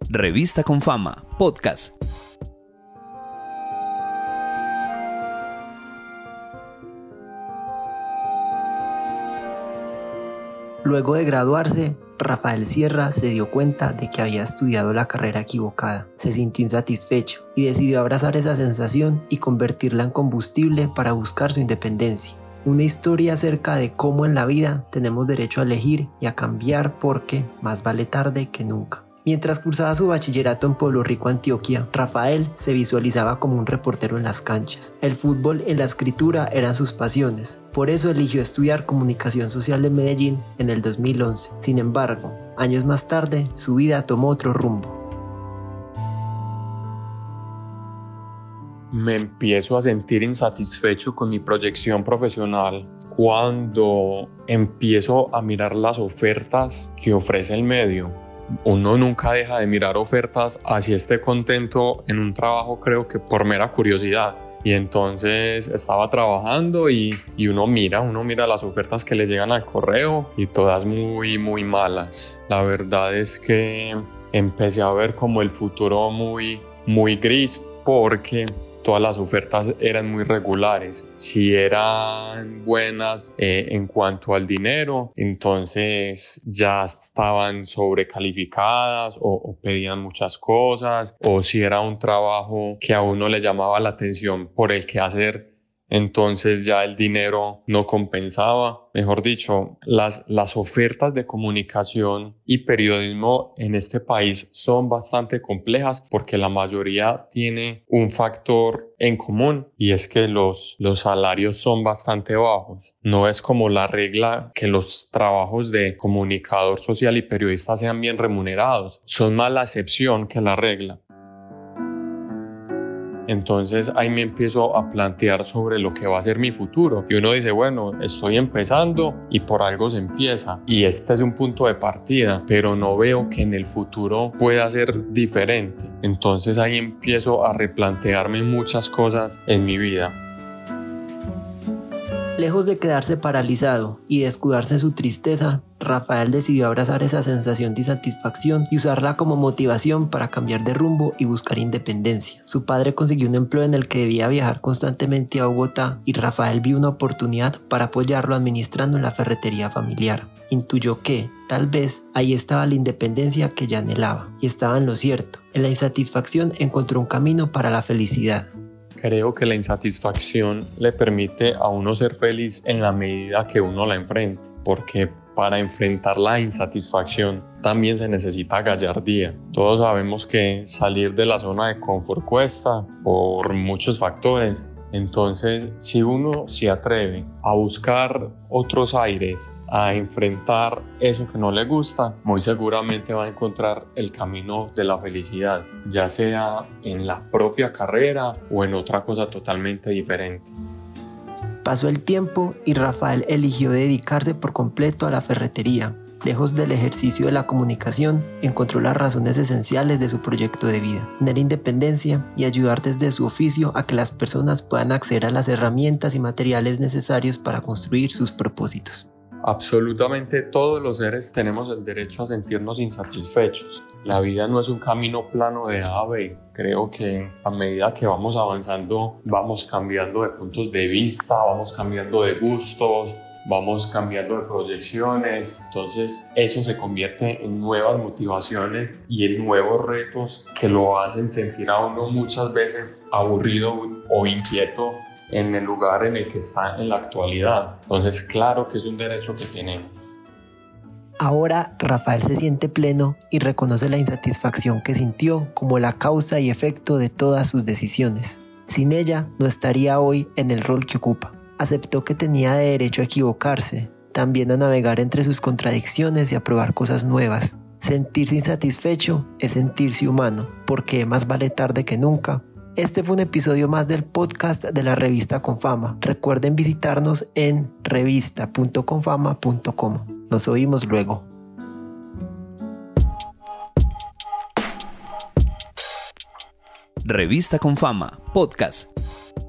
Revista con Fama, podcast. Luego de graduarse, Rafael Sierra se dio cuenta de que había estudiado la carrera equivocada, se sintió insatisfecho y decidió abrazar esa sensación y convertirla en combustible para buscar su independencia. Una historia acerca de cómo en la vida tenemos derecho a elegir y a cambiar porque más vale tarde que nunca. Mientras cursaba su bachillerato en Pueblo Rico, Antioquia, Rafael se visualizaba como un reportero en las canchas. El fútbol y la escritura eran sus pasiones. Por eso eligió estudiar comunicación social en Medellín en el 2011. Sin embargo, años más tarde, su vida tomó otro rumbo. Me empiezo a sentir insatisfecho con mi proyección profesional cuando empiezo a mirar las ofertas que ofrece el medio. Uno nunca deja de mirar ofertas, así esté contento en un trabajo, creo que por mera curiosidad. Y entonces estaba trabajando y uno mira las ofertas que le llegan al correo y todas muy malas. La verdad es que empecé a ver como el futuro muy gris, porque todas las ofertas eran muy regulares. Si eran buenas en cuanto al dinero, entonces ya estaban sobrecalificadas o pedían muchas cosas, o si era un trabajo que a uno le llamaba la atención por el quehacer, entonces ya el dinero no compensaba. Mejor dicho, las ofertas de comunicación y periodismo en este país son bastante complejas porque la mayoría tiene un factor en común, y es que los salarios son bastante bajos. No es como la regla que los trabajos de comunicador social y periodista sean bien remunerados. Son más la excepción que la regla. Entonces ahí me empiezo a plantear sobre lo que va a ser mi futuro. Y uno dice, bueno, estoy empezando y por algo se empieza. Y este es un punto de partida, pero no veo que en el futuro pueda ser diferente. Entonces ahí empiezo a replantearme muchas cosas en mi vida. Lejos de quedarse paralizado y de escudarse en su tristeza, Rafael decidió abrazar esa sensación de insatisfacción y usarla como motivación para cambiar de rumbo y buscar independencia. Su padre consiguió un empleo en el que debía viajar constantemente a Bogotá y Rafael vio una oportunidad para apoyarlo administrando en la ferretería familiar. Intuyó que, tal vez, ahí estaba la independencia que ya anhelaba, y estaba en lo cierto. En la insatisfacción encontró un camino para la felicidad. Creo que la insatisfacción le permite a uno ser feliz en la medida que uno la enfrente, porque para enfrentar la insatisfacción también se necesita gallardía. Todos sabemos que salir de la zona de confort cuesta por muchos factores. Entonces, si uno se atreve a buscar otros aires, a enfrentar eso que no le gusta, muy seguramente va a encontrar el camino de la felicidad, ya sea en la propia carrera o en otra cosa totalmente diferente. Pasó el tiempo y Rafael eligió dedicarse por completo a la ferretería. Lejos del ejercicio de la comunicación, encontró las razones esenciales de su proyecto de vida: tener independencia y ayudar desde su oficio a que las personas puedan acceder a las herramientas y materiales necesarios para construir sus propósitos. Absolutamente todos los seres tenemos el derecho a sentirnos insatisfechos. La vida no es un camino plano de A a B. Creo que a medida que vamos avanzando, vamos cambiando de puntos de vista, vamos cambiando de gustos, vamos cambiando de proyecciones. Entonces eso se convierte en nuevas motivaciones y en nuevos retos que lo hacen sentir a uno muchas veces aburrido o inquieto en el lugar en el que está en la actualidad. Entonces, claro que es un derecho que tenemos. Ahora Rafael se siente pleno y reconoce la insatisfacción que sintió como la causa y efecto de todas sus decisiones. Sin ella no estaría hoy en el rol que ocupa. Aceptó que tenía derecho a equivocarse, también a navegar entre sus contradicciones y a probar cosas nuevas. Sentirse insatisfecho es sentirse humano, porque más vale tarde que nunca. Este fue un episodio más del podcast de la Revista con Fama. Recuerden visitarnos en revista.confama.com. Nos oímos luego. Revista con Fama, podcast.